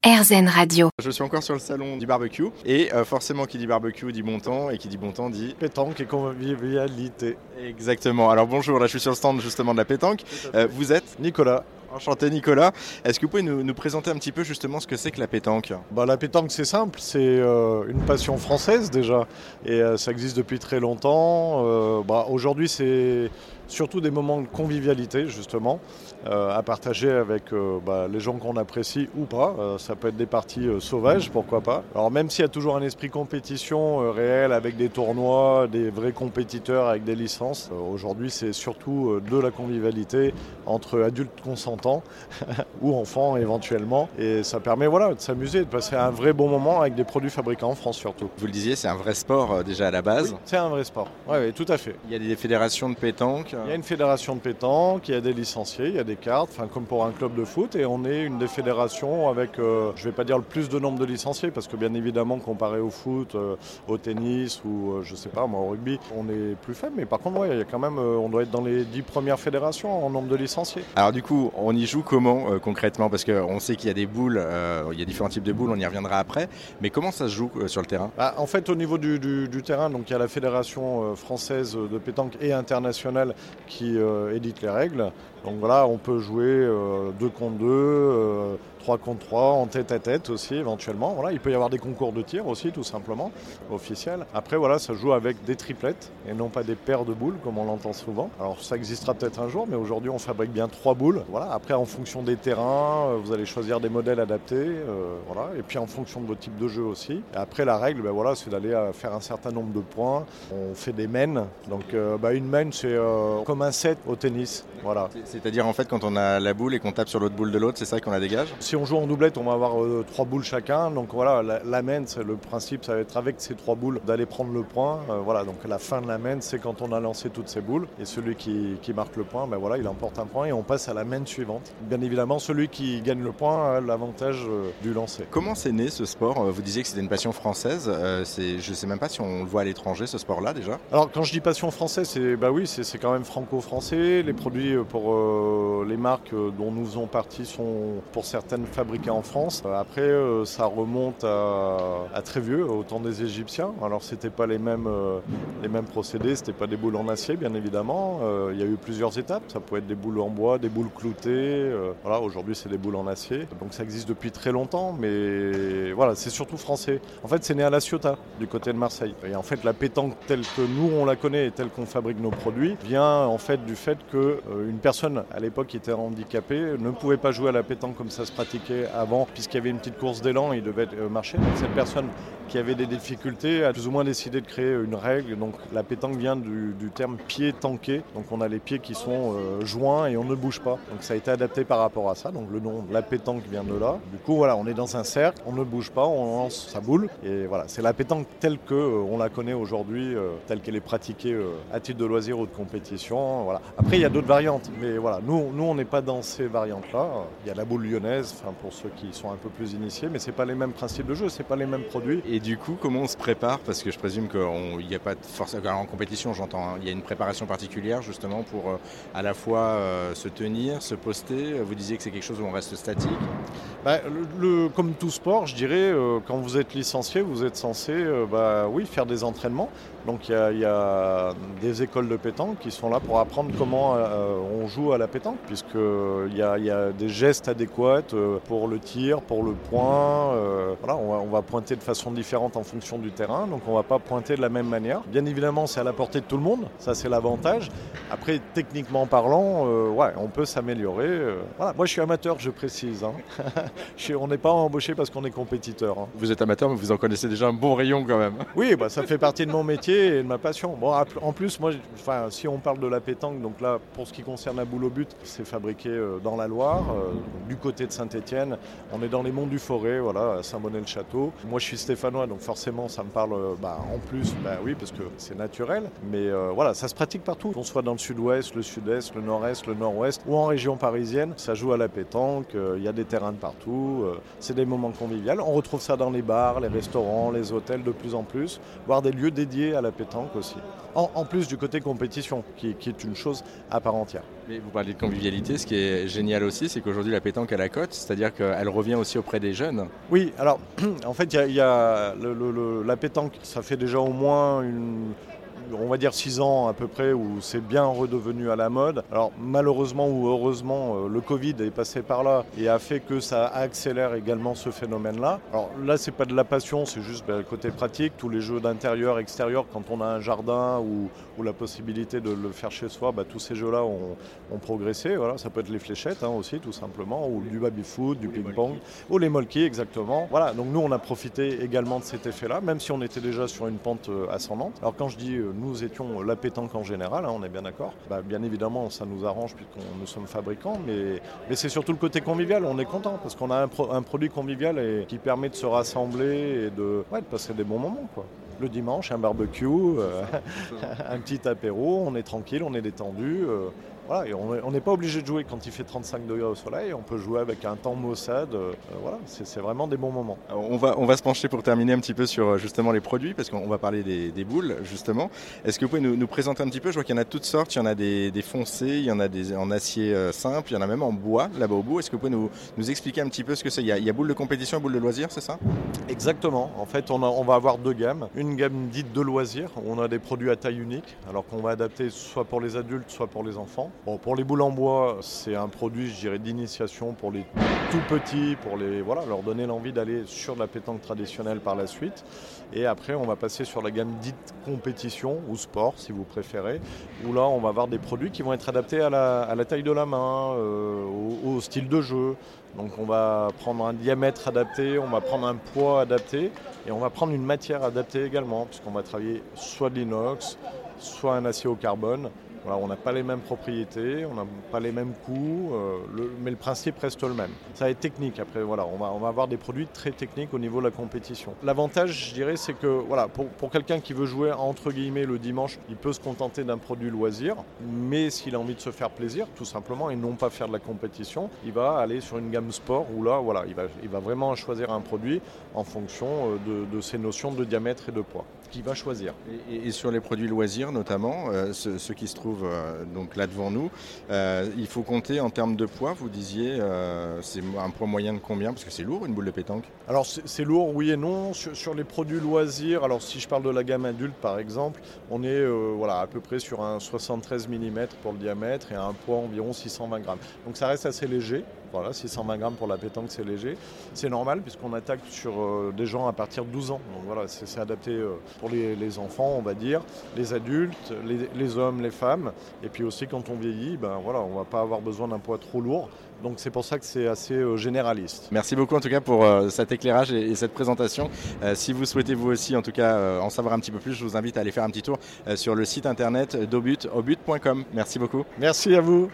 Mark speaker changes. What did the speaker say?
Speaker 1: RZN Radio.
Speaker 2: Je suis encore sur le salon du barbecue et forcément qui dit barbecue dit bon temps et qui dit bon temps dit
Speaker 3: pétanque et convivialité.
Speaker 2: Exactement. Alors bonjour, là je suis sur le stand justement de la pétanque. Vous êtes
Speaker 3: Nicolas.
Speaker 2: Enchanté Nicolas. Est-ce que vous pouvez nous présenter un petit peu justement ce que c'est que la pétanque ?
Speaker 3: La pétanque c'est simple, c'est une passion française déjà et ça existe depuis très longtemps. Aujourd'hui c'est surtout des moments de convivialité justement à partager avec les gens qu'on apprécie ou pas. Ça peut être des parties sauvages, pourquoi pas. Alors même s'il y a toujours un esprit compétition réel avec des tournois, des vrais compétiteurs avec des licences, aujourd'hui c'est surtout de la convivialité entre adultes consentants ou enfants éventuellement. Et ça permet de s'amuser, de passer un vrai bon moment avec des produits fabriqués en France surtout.
Speaker 2: Vous le disiez, c'est un vrai sport déjà à la base.
Speaker 3: Oui, c'est un vrai sport, oui, tout à fait.
Speaker 2: Il y a des fédérations de pétanque.
Speaker 3: Il y a une fédération de pétanque, il y a des licenciés, il y a des cartes, comme pour un club de foot. Et on est une des fédérations avec, je ne vais pas dire le plus de nombre de licenciés, parce que bien évidemment, comparé au foot, au tennis ou au rugby, on est plus faible. Mais par contre, il y a quand même, on doit être dans les 10 premières fédérations en nombre de licenciés.
Speaker 2: Alors du coup, on y joue comment concrètement ? Parce qu'on sait qu'il y a des boules, il y a différents types de boules, on y reviendra après. Mais comment ça se joue sur le terrain ?
Speaker 3: En fait, au niveau du terrain, donc il y a la fédération française de pétanque et internationale qui édite les règles. Donc voilà, on peut jouer 2 contre 2, 3 contre 3, en tête à tête aussi éventuellement. Voilà, il peut y avoir des concours de tir aussi tout simplement, officiels. Après ça joue avec des triplettes et non pas des paires de boules comme on l'entend souvent. Alors ça existera peut-être un jour, mais aujourd'hui on fabrique bien 3 boules. Voilà, après en fonction des terrains, vous allez choisir des modèles adaptés. Et puis en fonction de vos types de jeux aussi. Et après la règle, c'est d'aller faire un certain nombre de points. On fait des mains. Donc une main c'est comme un set au tennis. Voilà.
Speaker 2: C'est-à-dire en fait quand on a la boule et qu'on tape sur l'autre boule de l'autre, c'est ça qu'on la dégage ?
Speaker 3: Si on joue en doublette, on va avoir 3 boules chacun. Donc voilà, la main, c'est le principe, ça va être avec ces 3 boules d'aller prendre le point. Donc la fin de la main, c'est quand on a lancé toutes ces boules. Et celui qui marque le point, il emporte un point et on passe à la main suivante. Bien évidemment, celui qui gagne le point a l'avantage du lancer.
Speaker 2: Comment c'est né ce sport ? Vous disiez que c'était une passion française. Je ne sais même pas si on le voit à l'étranger, ce sport-là déjà.
Speaker 3: Alors quand je dis passion française, c'est quand même franco-français. Les produits pour les marques dont nous faisons partie sont pour certaines fabriquées en France. Après, ça remonte à très vieux, au temps des Égyptiens. Alors c'était pas les mêmes procédés, c'était pas des boules en acier bien évidemment. Il y a eu plusieurs étapes. Ça peut être des boules en bois, des boules cloutées. Aujourd'hui c'est des boules en acier. Donc ça existe depuis très longtemps, mais c'est surtout français. En fait c'est né à La Ciotat, du côté de Marseille. Et en fait la pétanque telle que nous on la connaît et telle qu'on fabrique nos produits vient en fait du fait que une personne à l'époque qui était handicapée ne pouvait pas jouer à la pétanque comme ça se pratiquait avant, puisqu'il y avait une petite course d'élan, il devait marcher. Donc cette personne qui avait des difficultés a plus ou moins décidé de créer une règle. Donc la pétanque vient du terme pied tanké. Donc on a les pieds qui sont joints et on ne bouge pas. Donc ça a été adapté par rapport à ça. Donc le nom la pétanque vient de là. Du coup on est dans un cercle, on ne bouge pas, on lance sa boule. Et c'est la pétanque telle que on la connaît aujourd'hui, telle qu'elle est pratiquée à titre de loisir ou de compétition. Après il y a d'autres variantes, mais nous on n'est pas dans ces variantes-là. Il y a la boule lyonnaise, pour ceux qui sont un peu plus initiés, mais c'est pas les mêmes principes de jeu, c'est pas les mêmes produits.
Speaker 2: Et du coup, comment on se prépare ? Parce que je présume qu'il n'y a pas de force en compétition, j'entends. Il y a une préparation particulière justement pour à la fois se tenir, se poster. Vous disiez que c'est quelque chose où on reste statique.
Speaker 3: Comme tout sport, je dirais, quand vous êtes licencié, vous êtes censé faire des entraînements. Donc il y a des écoles de pétanque qui sont là pour apprendre comment on joue à la pétanque, puisqu'il y a des gestes adéquats pour le tir, pour le point. On va pointer de façon différente en fonction du terrain, donc on ne va pas pointer de la même manière. Bien évidemment, c'est à la portée de tout le monde, ça c'est l'avantage. Après, techniquement parlant, on peut s'améliorer. Moi je suis amateur, je précise. On n'est pas embauché parce qu'on est compétiteur.
Speaker 2: Vous êtes amateur, mais vous en connaissez déjà un bon rayon quand même.
Speaker 3: Oui, ça fait partie de mon métier et de ma passion. En plus, moi, si on parle de la pétanque, donc là, pour ce qui concerne la boule au but, c'est fabriqué dans la Loire, du côté de Saint-Étienne. On est dans les monts du Forêt, à Saint-Bonnet-le-Château. Moi, je suis stéphanois, donc forcément, ça me parle en plus, oui, parce que c'est naturel. Mais ça se pratique partout. Qu'on soit dans le sud-ouest, le sud-est, le nord-est, le nord-ouest ou en région parisienne, ça joue à la pétanque. Il y a des terrains de partout. C'est des moments conviviaux. On retrouve ça dans les bars, les restaurants, les hôtels de plus en plus, voire des lieux dédiés à la pétanque aussi. En plus du côté compétition, qui est une chose à part entière.
Speaker 2: Mais Vous parlez de convivialité, ce qui est génial aussi, c'est qu'aujourd'hui la pétanque a la cote, c'est-à-dire qu'elle revient aussi auprès des jeunes.
Speaker 3: Oui, alors en fait il y a la pétanque, ça fait déjà au moins on va dire 6 ans à peu près où c'est bien redevenu à la mode. Alors malheureusement ou heureusement, le Covid est passé par là et a fait que ça accélère également ce phénomène-là. Alors là, c'est pas de la passion, c'est juste le côté pratique. Tous les jeux d'intérieur, extérieur, quand on a un jardin ou la possibilité de le faire chez soi, tous ces jeux-là ont progressé. Voilà, ça peut être les fléchettes aussi, tout simplement, ou du baby-foot, du ping-pong, ou les molki, exactement. Voilà, donc nous, on a profité également de cet effet-là, même si on était déjà sur une pente ascendante. Alors quand je dis nous étions la pétanque en général, on est bien d'accord. Bien évidemment, ça nous arrange puisque nous sommes fabricants, mais c'est surtout le côté convivial. On est content parce qu'on a un produit convivial et qui permet de se rassembler et de passer des bons moments, quoi. Le dimanche, un barbecue, un petit apéro, on est tranquille, on est détendu. Voilà, et on n'est pas obligé de jouer quand il fait 35 degrés au soleil, on peut jouer avec un temps maussade, voilà, c'est vraiment des bons moments.
Speaker 2: Alors, on va se pencher pour terminer un petit peu sur justement les produits, parce qu'on va parler des boules justement. Est-ce que vous pouvez nous présenter un petit peu? Je vois qu'il y en a toutes sortes, il y en a des foncés, il y en a des en acier simple, il y en a même en bois là-bas au bout. Est-ce que vous pouvez nous expliquer un petit peu ce que c'est? Il y a boules de compétition et boules de loisirs, c'est ça?
Speaker 3: Exactement, en fait on va avoir deux gammes. Une gamme dite de loisirs, où on a des produits à taille unique, alors qu'on va adapter soit pour les adultes, soit pour les enfants. Bon, pour les boules en bois, c'est un produit, je dirais, d'initiation pour les tout petits, pour leur donner l'envie d'aller sur de la pétanque traditionnelle par la suite. Et après, on va passer sur la gamme dite compétition ou sport, si vous préférez, où là, on va avoir des produits qui vont être adaptés à la taille de la main, au style de jeu. Donc on va prendre un diamètre adapté, on va prendre un poids adapté et on va prendre une matière adaptée également, puisqu'on va travailler soit de l'inox, soit un acier au carbone. Voilà, on n'a pas les mêmes propriétés, on n'a pas les mêmes coûts, mais le principe reste le même. Ça va être technique après, voilà, on va avoir des produits très techniques au niveau de la compétition. L'avantage, je dirais, c'est que voilà, pour quelqu'un qui veut jouer entre guillemets le dimanche, il peut se contenter d'un produit loisir, mais s'il a envie de se faire plaisir, tout simplement, et non pas faire de la compétition, il va aller sur une gamme sport où là, voilà, il va vraiment choisir un produit en fonction de ses notions de diamètre et de poids qu'il va choisir.
Speaker 2: Et sur les produits loisirs notamment, ceux qui se trouvent donc là devant nous, il faut compter en termes de poids, vous disiez, c'est un poids moyen de combien? Parce que c'est lourd une boule de pétanque.
Speaker 3: Alors c'est lourd, oui et non. Sur les produits loisirs, alors si je parle de la gamme adulte par exemple, on est à peu près sur un 73 mm pour le diamètre et un poids environ 620 grammes. Donc ça reste assez léger. Voilà, 620 grammes pour la pétanque, c'est léger. C'est normal puisqu'on attaque sur des gens à partir de 12 ans. Donc voilà, c'est adapté pour les enfants, on va dire, les adultes, les hommes, les femmes. Et puis aussi quand on vieillit, on ne va pas avoir besoin d'un poids trop lourd. Donc c'est pour ça que c'est assez généraliste.
Speaker 2: Merci beaucoup en tout cas pour cet éclairage et cette présentation. Si vous souhaitez vous aussi en tout cas en savoir un petit peu plus, je vous invite à aller faire un petit tour sur le site internet d'Obut, obut.com. Merci beaucoup.
Speaker 3: Merci à vous.